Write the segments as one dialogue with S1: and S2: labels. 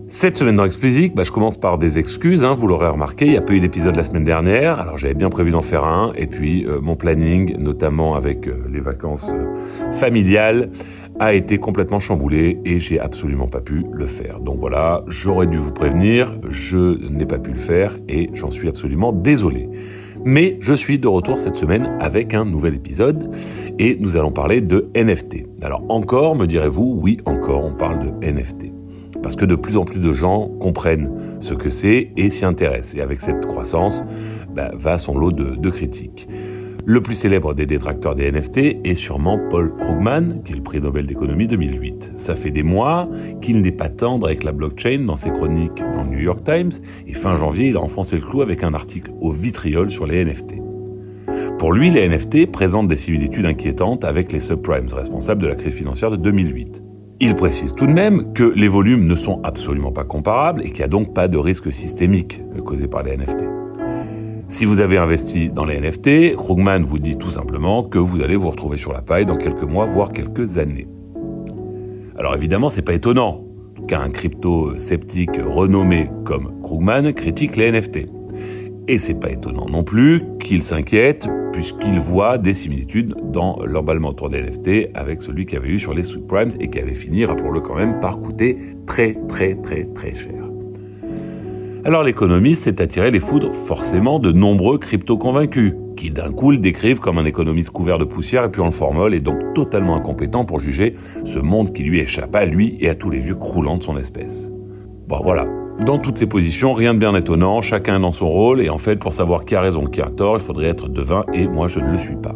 S1: Cette semaine dans Explicit, je commence par des excuses, vous l'aurez remarqué, il n'y a pas eu d'épisode la semaine dernière, alors j'avais bien prévu d'en faire un, et puis mon planning, notamment avec les vacances familiales, a été complètement chamboulé et j'ai absolument pas pu le faire. Donc voilà, j'aurais dû vous prévenir, je n'ai pas pu le faire et j'en suis absolument désolé. Mais je suis de retour cette semaine avec un nouvel épisode et nous allons parler de NFT. Alors encore, me direz-vous, oui encore, on parle de NFT. Parce que de plus en plus de gens comprennent ce que c'est et s'y intéressent. Et avec cette croissance, va son lot de critiques. Le plus célèbre des détracteurs des NFT est sûrement Paul Krugman, qui est le prix Nobel d'économie 2008. Ça fait des mois qu'il n'est pas tendre avec la blockchain dans ses chroniques dans le New York Times, et fin janvier, il a enfoncé le clou avec un article au vitriol sur les NFT. Pour lui, les NFT présentent des similitudes inquiétantes avec les subprimes, responsables de la crise financière de 2008. Il précise tout de même que les volumes ne sont absolument pas comparables et qu'il n'y a donc pas de risque systémique causé par les NFT. Si vous avez investi dans les NFT, Krugman vous dit tout simplement que vous allez vous retrouver sur la paille dans quelques mois, voire quelques années. Alors évidemment, c'est pas étonnant qu'un crypto-sceptique renommé comme Krugman critique les NFT. Et c'est pas étonnant non plus qu'il s'inquiète puisqu'il voit des similitudes dans l'emballement autour des NFT avec celui qu'il y avait eu sur les subprimes et qui avait fini, rappelons-le quand même, par coûter très cher. Alors l'économiste s'est attiré les foudres forcément de nombreux crypto-convaincus qui d'un coup le décrivent comme un économiste couvert de poussière et puis en le formol et donc totalement incompétent pour juger ce monde qui lui échappe à lui et à tous les vieux croulants de son espèce. Bon voilà. Dans toutes ces positions, rien de bien étonnant, chacun dans son rôle, et en fait, pour savoir qui a raison, qui a tort, il faudrait être devin, et moi je ne le suis pas.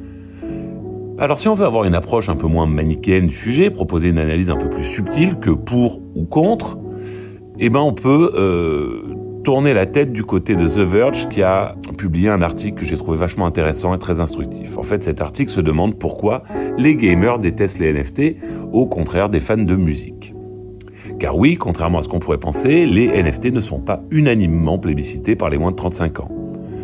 S1: Alors si on veut avoir une approche un peu moins manichéenne du sujet, proposer une analyse un peu plus subtile que pour ou contre, on peut tourner la tête du côté de The Verge qui a publié un article que j'ai trouvé vachement intéressant et très instructif. En fait, cet article se demande pourquoi les gamers détestent les NFT, au contraire des fans de musique. Car oui, contrairement à ce qu'on pourrait penser, les NFT ne sont pas unanimement plébiscités par les moins de 35 ans.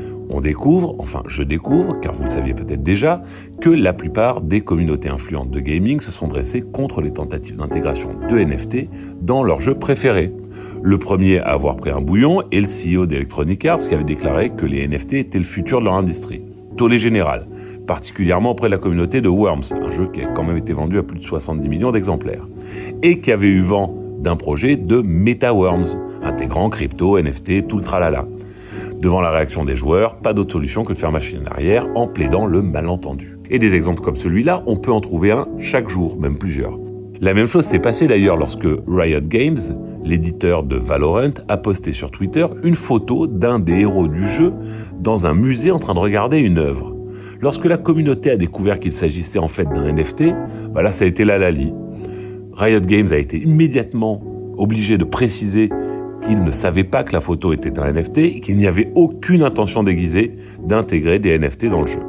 S1: Je découvre, car vous le saviez peut-être déjà, que la plupart des communautés influentes de gaming se sont dressées contre les tentatives d'intégration de NFT dans leurs jeux préférés. Le premier à avoir pris un bouillon est le CEO d'Electronic Arts qui avait déclaré que les NFT étaient le futur de leur industrie. Tollé général, particulièrement auprès de la communauté de Worms, un jeu qui a quand même été vendu à plus de 70 millions d'exemplaires, et qui avait eu vent d'un projet de MetaWorms, intégrant crypto, NFT, tout le tralala. Devant la réaction des joueurs, pas d'autre solution que de faire machine arrière en plaidant le malentendu. Et des exemples comme celui-là, on peut en trouver un chaque jour, même plusieurs. La même chose s'est passée d'ailleurs lorsque Riot Games, l'éditeur de Valorant, a posté sur Twitter une photo d'un des héros du jeu dans un musée en train de regarder une œuvre. Lorsque la communauté a découvert qu'il s'agissait en fait d'un NFT, là ça a été la lali. Riot Games a été immédiatement obligé de préciser qu'il ne savait pas que la photo était un NFT et qu'il n'y avait aucune intention déguisée d'intégrer des NFT dans le jeu.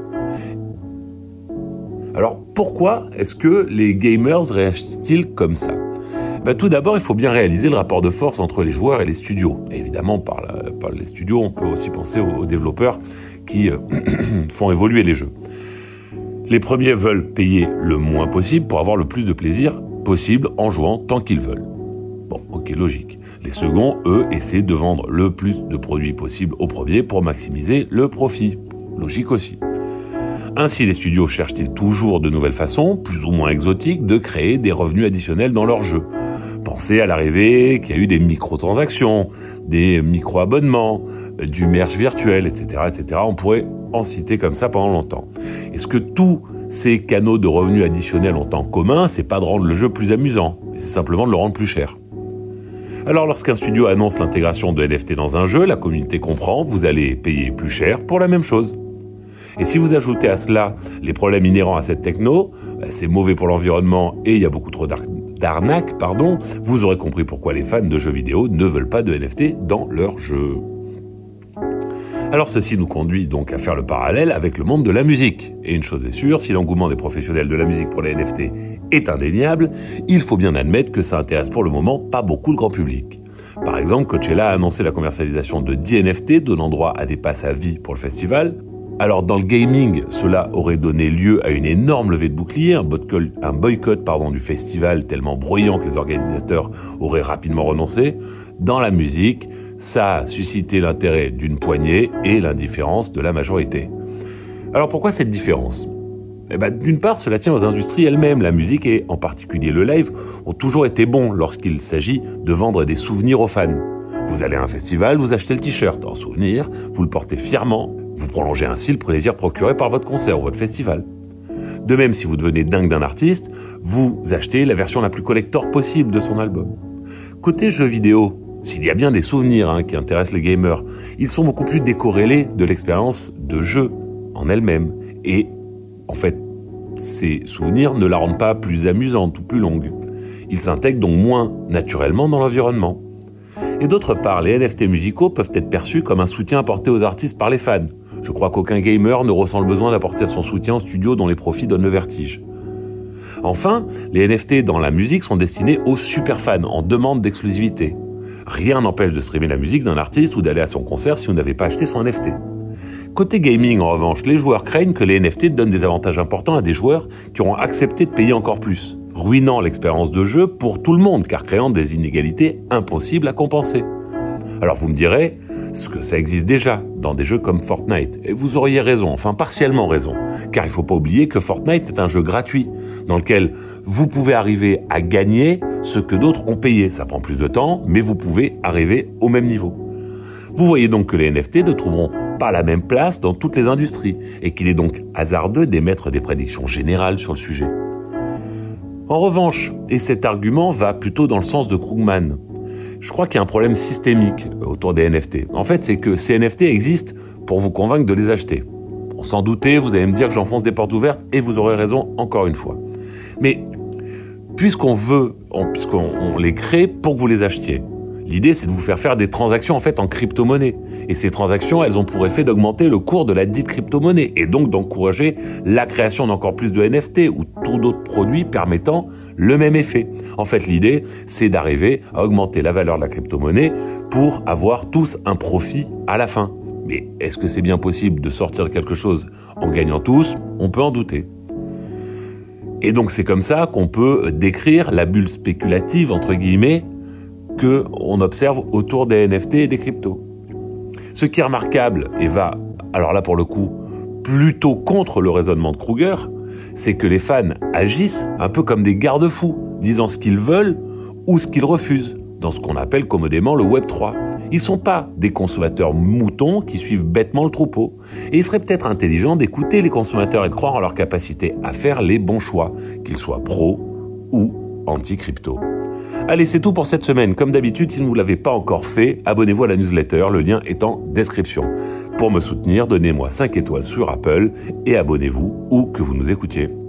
S1: Alors pourquoi est-ce que les gamers réagissent-ils comme ça ? Tout d'abord, il faut bien réaliser le rapport de force entre les joueurs et les studios. Et évidemment, par les studios, on peut aussi penser aux développeurs qui font évoluer les jeux. Les premiers veulent payer le moins possible pour avoir le plus de plaisir possible en jouant tant qu'ils veulent. Bon, ok, logique. Les seconds, eux, essaient de vendre le plus de produits possible aux premiers pour maximiser le profit. Logique aussi. Ainsi, les studios cherchent-ils toujours de nouvelles façons, plus ou moins exotiques, de créer des revenus additionnels dans leurs jeux. Pensez à l'arrivée qu'il y a eu des microtransactions, des micro-abonnements, du merch virtuel, etc., etc. On pourrait en citer comme ça pendant longtemps. Est-ce que tous ces canaux de revenus additionnels ont en commun, c'est pas de rendre le jeu plus amusant, mais c'est simplement de le rendre plus cher. Alors lorsqu'un studio annonce l'intégration de NFT dans un jeu, la communauté comprend, vous allez payer plus cher pour la même chose. Et si vous ajoutez à cela les problèmes inhérents à cette techno, c'est mauvais pour l'environnement et il y a beaucoup trop d'arnaques, vous aurez compris pourquoi les fans de jeux vidéo ne veulent pas de NFT dans leurs jeux. Alors ceci nous conduit donc à faire le parallèle avec le monde de la musique. Et une chose est sûre, si l'engouement des professionnels de la musique pour les NFT est indéniable, il faut bien admettre que ça intéresse pour le moment pas beaucoup le grand public. Par exemple, Coachella a annoncé la commercialisation de 10 NFT donnant droit à des passes à vie pour le festival, Alors dans le gaming, cela aurait donné lieu à une énorme levée de boucliers, un boycott du festival tellement bruyant que les organisateurs auraient rapidement renoncé. Dans la musique, ça a suscité l'intérêt d'une poignée et l'indifférence de la majorité. Alors pourquoi cette différence ? D'une part, cela tient aux industries elles-mêmes. La musique et en particulier le live ont toujours été bons lorsqu'il s'agit de vendre des souvenirs aux fans. Vous allez à un festival, vous achetez le t-shirt en souvenir, vous le portez fièrement, vous prolongez ainsi le plaisir procuré par votre concert ou votre festival. De même, si vous devenez dingue d'un artiste, vous achetez la version la plus collector possible de son album. Côté jeux vidéo, s'il y a bien des souvenirs qui intéressent les gamers, ils sont beaucoup plus décorrélés de l'expérience de jeu en elle-même. Et en fait, ces souvenirs ne la rendent pas plus amusante ou plus longue. Ils s'intègrent donc moins naturellement dans l'environnement. Et d'autre part, les NFT musicaux peuvent être perçus comme un soutien apporté aux artistes par les fans. Je crois qu'aucun gamer ne ressent le besoin d'apporter son soutien au studio dont les profits donnent le vertige. Enfin, les NFT dans la musique sont destinés aux superfans en demande d'exclusivité. Rien n'empêche de streamer la musique d'un artiste ou d'aller à son concert si vous n'avez pas acheté son NFT. Côté gaming, en revanche, les joueurs craignent que les NFT donnent des avantages importants à des joueurs qui auront accepté de payer encore plus, ruinant l'expérience de jeu pour tout le monde, car créant des inégalités impossibles à compenser. Alors vous me direz, que ça existe déjà dans des jeux comme Fortnite, et vous auriez raison, enfin partiellement raison, car il ne faut pas oublier que Fortnite est un jeu gratuit, dans lequel vous pouvez arriver à gagner ce que d'autres ont payé. Ça prend plus de temps, mais vous pouvez arriver au même niveau. Vous voyez donc que les NFT ne trouveront pas la même place dans toutes les industries, et qu'il est donc hasardeux d'émettre des prédictions générales sur le sujet. En revanche, et cet argument va plutôt dans le sens de Krugman, je crois qu'il y a un problème systémique autour des NFT. En fait, c'est que ces NFT existent pour vous convaincre de les acheter. Bon, sans douter, vous allez me dire que j'enfonce des portes ouvertes, et vous aurez raison encore une fois. Mais puisqu'on les crée pour que vous les achetiez, l'idée, c'est de vous faire des transactions en crypto-monnaie. Et ces transactions, elles ont pour effet d'augmenter le cours de la dite crypto-monnaie et donc d'encourager la création d'encore plus de NFT ou tout d'autres produits permettant le même effet. En fait, l'idée, c'est d'arriver à augmenter la valeur de la crypto-monnaie pour avoir tous un profit à la fin. Mais est-ce que c'est bien possible de sortir de quelque chose en gagnant tous ? On peut en douter. Et donc, c'est comme ça qu'on peut décrire la bulle spéculative, entre guillemets, qu'on observe autour des NFT et des cryptos. Ce qui est remarquable, et va, alors là pour le coup, plutôt contre le raisonnement de Kruger, c'est que les fans agissent un peu comme des garde-fous, disant ce qu'ils veulent ou ce qu'ils refusent, dans ce qu'on appelle commodément le Web 3. Ils ne sont pas des consommateurs moutons qui suivent bêtement le troupeau. Et il serait peut-être intelligent d'écouter les consommateurs et de croire en leur capacité à faire les bons choix, qu'ils soient pro ou anti-crypto. Allez, c'est tout pour cette semaine. Comme d'habitude, si vous ne l'avez pas encore fait, abonnez-vous à la newsletter, le lien est en description. Pour me soutenir, donnez-moi 5 étoiles sur Apple et abonnez-vous où que vous nous écoutiez.